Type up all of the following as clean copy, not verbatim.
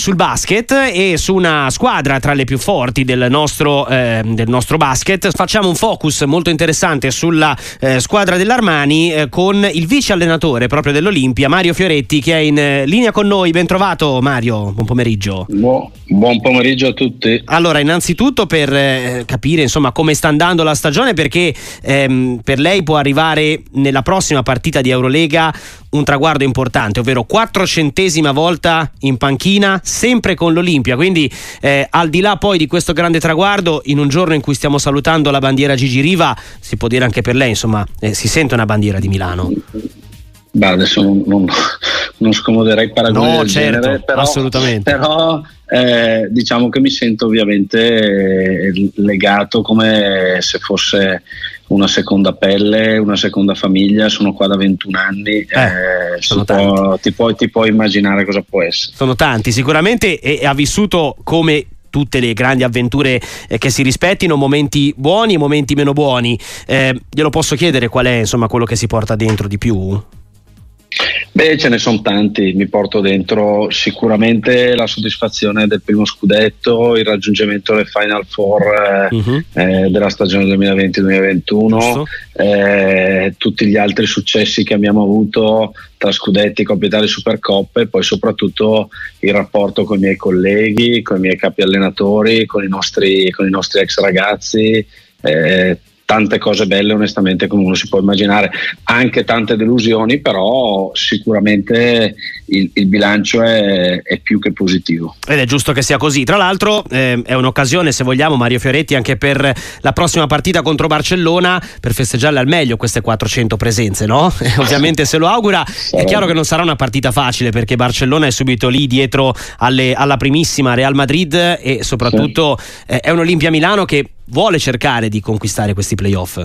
sul basket e su una squadra tra le più forti del nostro basket. Facciamo un focus molto interessante sulla squadra dell'Armani con il vice allenatore proprio dell'Olimpia, Mario Fioretti, che è in linea con noi. Ben trovato Mario, buon pomeriggio. Buon pomeriggio a tutti. Allora, innanzitutto per capire insomma come sta andando la stagione, perché per lei può arrivare nella prossima partita di Eurolega un traguardo importante, ovvero 400ª volta in panchina sempre con l'Olimpia, quindi al di là poi di questo grande traguardo, in un giorno in cui stiamo salutando la bandiera Gigi Riva, si può dire anche per lei insomma si sente una bandiera di Milano. Beh, adesso non scomoderei paragoni del genere, però, assolutamente. Però diciamo che mi sento ovviamente legato come se fosse una seconda pelle, una seconda famiglia. Sono qua da 21 anni, ti puoi immaginare cosa può essere. Sono tanti sicuramente, e ha vissuto, come tutte le grandi avventure che si rispettino, momenti buoni e momenti meno buoni. Glielo posso chiedere qual è insomma quello che si porta dentro di più? Beh, ce ne sono tanti. Mi porto dentro sicuramente la soddisfazione del primo scudetto, il raggiungimento del Final Four della stagione 2020-2021, tutti gli altri successi che abbiamo avuto tra scudetti, Coppa Italia e Supercoppe, e poi soprattutto il rapporto con i miei colleghi, con i miei capi allenatori, con i nostri ex ragazzi. Tante cose belle onestamente, come uno si può immaginare, anche tante delusioni, però sicuramente il bilancio è più che positivo. Ed è giusto che sia così. Tra l'altro è un'occasione, se vogliamo, Mario Fioretti, anche per la prossima partita contro Barcellona, per festeggiarle al meglio queste 400 presenze, no? Ovviamente se lo augura. È chiaro che non sarà una partita facile, perché Barcellona è subito lì dietro alla primissima Real Madrid, e soprattutto è un Olimpia Milano che vuole cercare di conquistare questi playoff.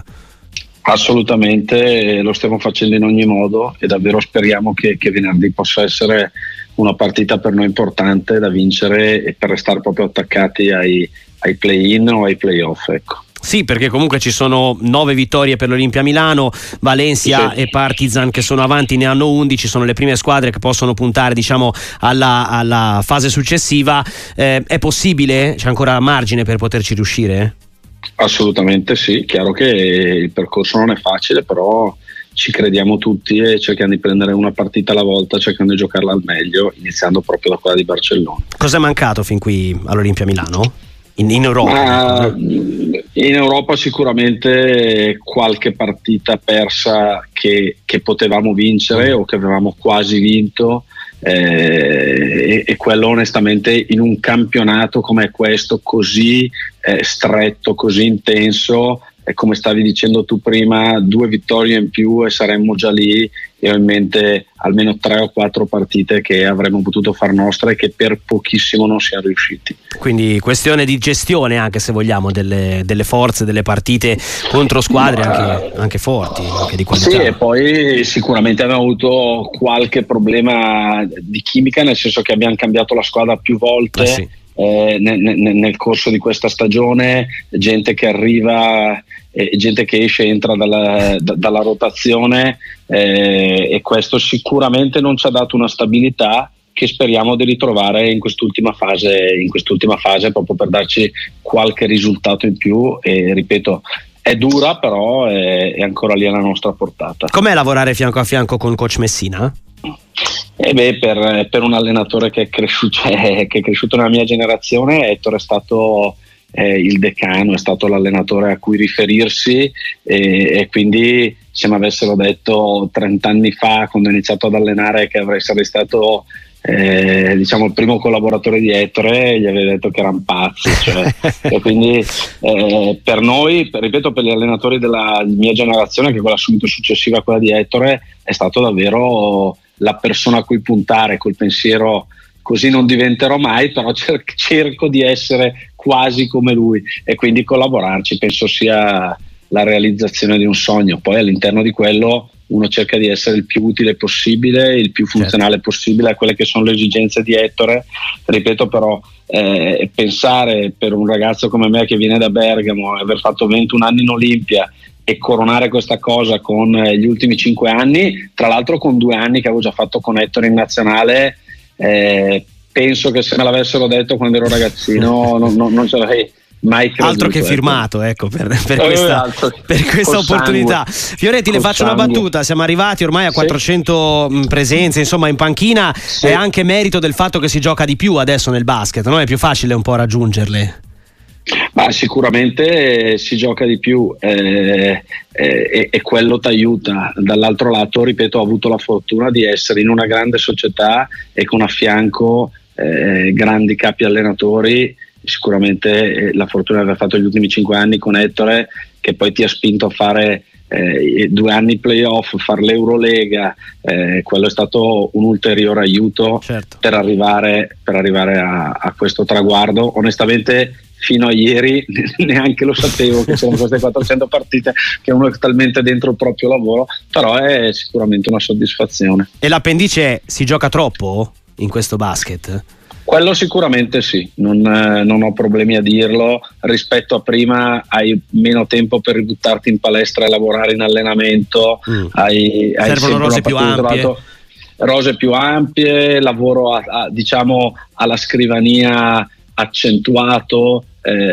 Assolutamente, lo stiamo facendo in ogni modo, e davvero speriamo che venerdì possa essere una partita per noi importante da vincere, e per restare proprio attaccati ai play-in o ai playoff, ecco. Sì, perché comunque ci sono 9 vittorie per l'Olimpia Milano, Valencia e Partizan che sono avanti ne hanno 11, sono le prime squadre che possono puntare, diciamo, alla fase successiva. È possibile? C'è ancora margine per poterci riuscire? Assolutamente sì, chiaro che il percorso non è facile, però ci crediamo tutti e cerchiamo di prendere una partita alla volta, cercando di giocarla al meglio, iniziando proprio da quella di Barcellona. Cosa è mancato fin qui all'Olimpia Milano? In Europa? In Europa sicuramente qualche partita persa che potevamo vincere o che avevamo quasi vinto, e quello onestamente in un campionato come questo, così stretto, così intenso, come stavi dicendo tu prima, 2 vittorie in più e saremmo già lì. E ho in mente almeno 3 o 4 partite che avremmo potuto far nostre e che per pochissimo non siamo riusciti. Quindi questione di gestione, anche se vogliamo, delle forze, delle partite contro squadre anche forti, anche di qualità. Sì, e poi sicuramente abbiamo avuto qualche problema di chimica, nel senso che abbiamo cambiato la squadra più volte. Nel corso di questa stagione, gente che arriva e gente che esce e entra dalla rotazione, e questo sicuramente non ci ha dato una stabilità che speriamo di ritrovare in quest'ultima fase, proprio per darci qualche risultato in più. E ripeto, è dura, però è ancora lì alla nostra portata. Com'è lavorare fianco a fianco con coach Messina? Per un allenatore che è cresciuto nella mia generazione, Ettore è stato il decano, è stato l'allenatore a cui riferirsi, e quindi se mi avessero detto 30 anni fa, quando ho iniziato ad allenare, che sarei stato diciamo il primo collaboratore di Ettore, gli avrei detto che erano pazzi, e quindi per noi, ripeto, per gli allenatori della mia generazione, che è quella subito successiva a quella di Ettore, è stato davvero la persona a cui puntare, col pensiero così non diventerò mai, però cerco di essere quasi come lui, e quindi collaborarci penso sia la realizzazione di un sogno. Poi all'interno di quello uno cerca di essere il più utile possibile, il più funzionale possibile a quelle che sono le esigenze di Ettore. Ripeto, però pensare per un ragazzo come me, che viene da Bergamo, aver fatto 21 anni in Olimpia e coronare questa cosa con gli ultimi 5 anni, tra l'altro con 2 anni che avevo già fatto con Ettore in nazionale, penso che se me l'avessero detto quando ero ragazzino non ce l'avrei mai creduto. Altro che firmato, ecco, per questa opportunità. Fioretti, le faccio una battuta: siamo arrivati ormai a 400 presenze, insomma, in panchina. Sì. È anche merito del fatto che si gioca di più adesso nel basket, no? È più facile un po' raggiungerle. Ma sicuramente si gioca di più e quello ti aiuta. Dall'altro lato, ripeto, ho avuto la fortuna di essere in una grande società e con a fianco grandi capi allenatori. Sicuramente la fortuna di aver fatto gli ultimi 5 anni con Ettore, che poi ti ha spinto a fare 2 anni playoff, fare l'Eurolega, quello è stato un ulteriore aiuto, certo, per arrivare a questo traguardo. Onestamente fino a ieri neanche lo sapevo che c'erano queste 400 partite, che uno è talmente dentro il proprio lavoro, però è sicuramente una soddisfazione. E l'appendice è: si gioca troppo in questo basket? Quello sicuramente sì, non ho problemi a dirlo. Rispetto a prima hai meno tempo per buttarti in palestra e lavorare in allenamento, hai servono rose più ampie. Rose più ampie, lavoro diciamo alla scrivania accentuato.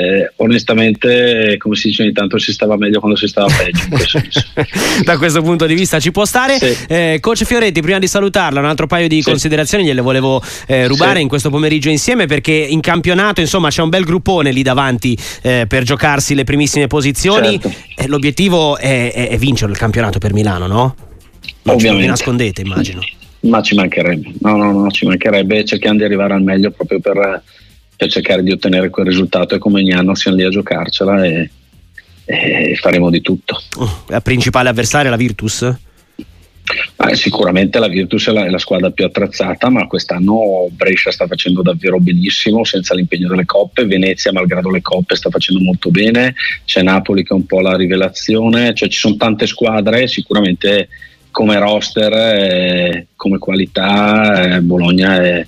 Onestamente, come si dice ogni tanto, si stava meglio quando si stava peggio in questo senso. Da questo punto di vista ci può stare. Sì. Coach Fioretti, prima di salutarla, un altro paio di considerazioni gliele volevo rubare in questo pomeriggio insieme, perché in campionato insomma c'è un bel gruppone lì davanti per giocarsi le primissime posizioni. Certo. L'obiettivo è vincere il campionato per Milano, no? Ovviamente. Vi nascondete, immagino. Ma ci mancherebbe, no, ci mancherebbe. Cerchiamo di arrivare al meglio proprio per cercare di ottenere quel risultato, e come ogni anno siamo lì a giocarcela e faremo di tutto. La principale avversaria è la Virtus? Sicuramente la Virtus è la squadra più attrezzata, ma quest'anno Brescia sta facendo davvero benissimo senza l'impegno delle coppe. Venezia, malgrado le coppe, sta facendo molto bene. C'è Napoli che è un po' la rivelazione, cioè ci sono tante squadre. Sicuramente come roster, come qualità, Bologna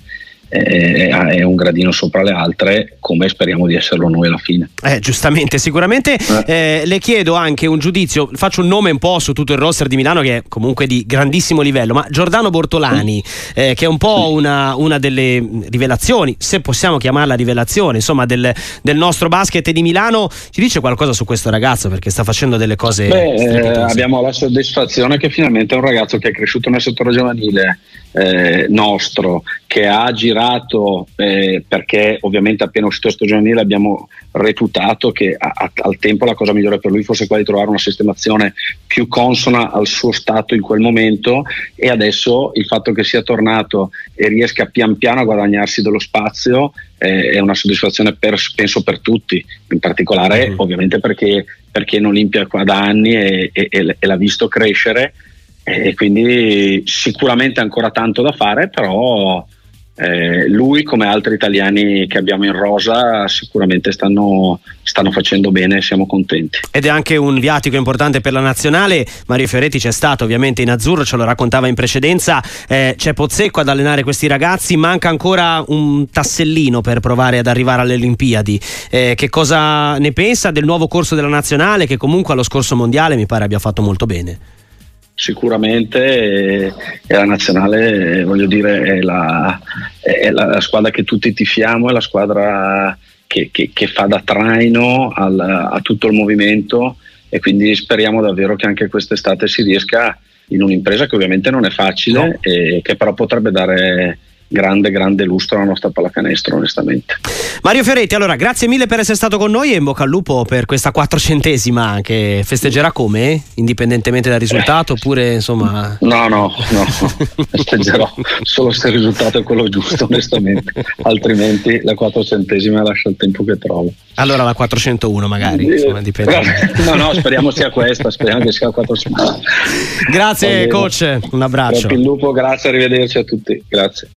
è un gradino sopra le altre, come speriamo di esserlo noi alla fine. Giustamente, sicuramente. Le chiedo anche un giudizio, faccio un nome un po' su tutto il roster di Milano, che è comunque di grandissimo livello, ma Giordano Bortolani, che è un po' una delle rivelazioni, se possiamo chiamarla rivelazione, insomma, del nostro basket di Milano. Ci dice qualcosa su questo ragazzo, perché sta facendo delle cose abbiamo la soddisfazione che finalmente è un ragazzo che è cresciuto nel settore giovanile nostro, che ha girato perché ovviamente appena uscito sto giovanile abbiamo reputato che al tempo la cosa migliore per lui fosse quella di trovare una sistemazione più consona al suo stato in quel momento, e adesso il fatto che sia tornato e riesca pian piano a guadagnarsi dello spazio è una soddisfazione penso per tutti, in particolare ovviamente perché in Olimpia qua da anni e l'ha visto crescere, e quindi sicuramente ancora tanto da fare, però lui come altri italiani che abbiamo in rosa sicuramente stanno facendo bene e siamo contenti. Ed è anche un viatico importante per la nazionale. Mario Fioretti c'è stato ovviamente in azzurro, ce lo raccontava in precedenza, c'è Pozzecco ad allenare questi ragazzi, manca ancora un tassellino per provare ad arrivare alle Olimpiadi. Che cosa ne pensa del nuovo corso della nazionale, che comunque allo scorso mondiale mi pare abbia fatto molto bene? Sicuramente la nazionale, voglio dire, è la squadra che tutti tifiamo, è la squadra che fa da traino a tutto il movimento, e quindi speriamo davvero che anche quest'estate si riesca in un'impresa che ovviamente non è facile, e che però potrebbe dare grande lustro alla nostra pallacanestro, onestamente. Mario Fioretti, allora grazie mille per essere stato con noi, e in bocca al lupo per questa 400esima, che festeggerà come? Indipendentemente dal risultato, oppure insomma? No, festeggerò solo se il risultato è quello giusto, onestamente, altrimenti la 400esima lascia il tempo che trovo. Allora la 401 magari, insomma, dipende. No, speriamo sia questa, speriamo che sia la 400. Grazie coach, un abbraccio. Il lupo, grazie, arrivederci a tutti, grazie.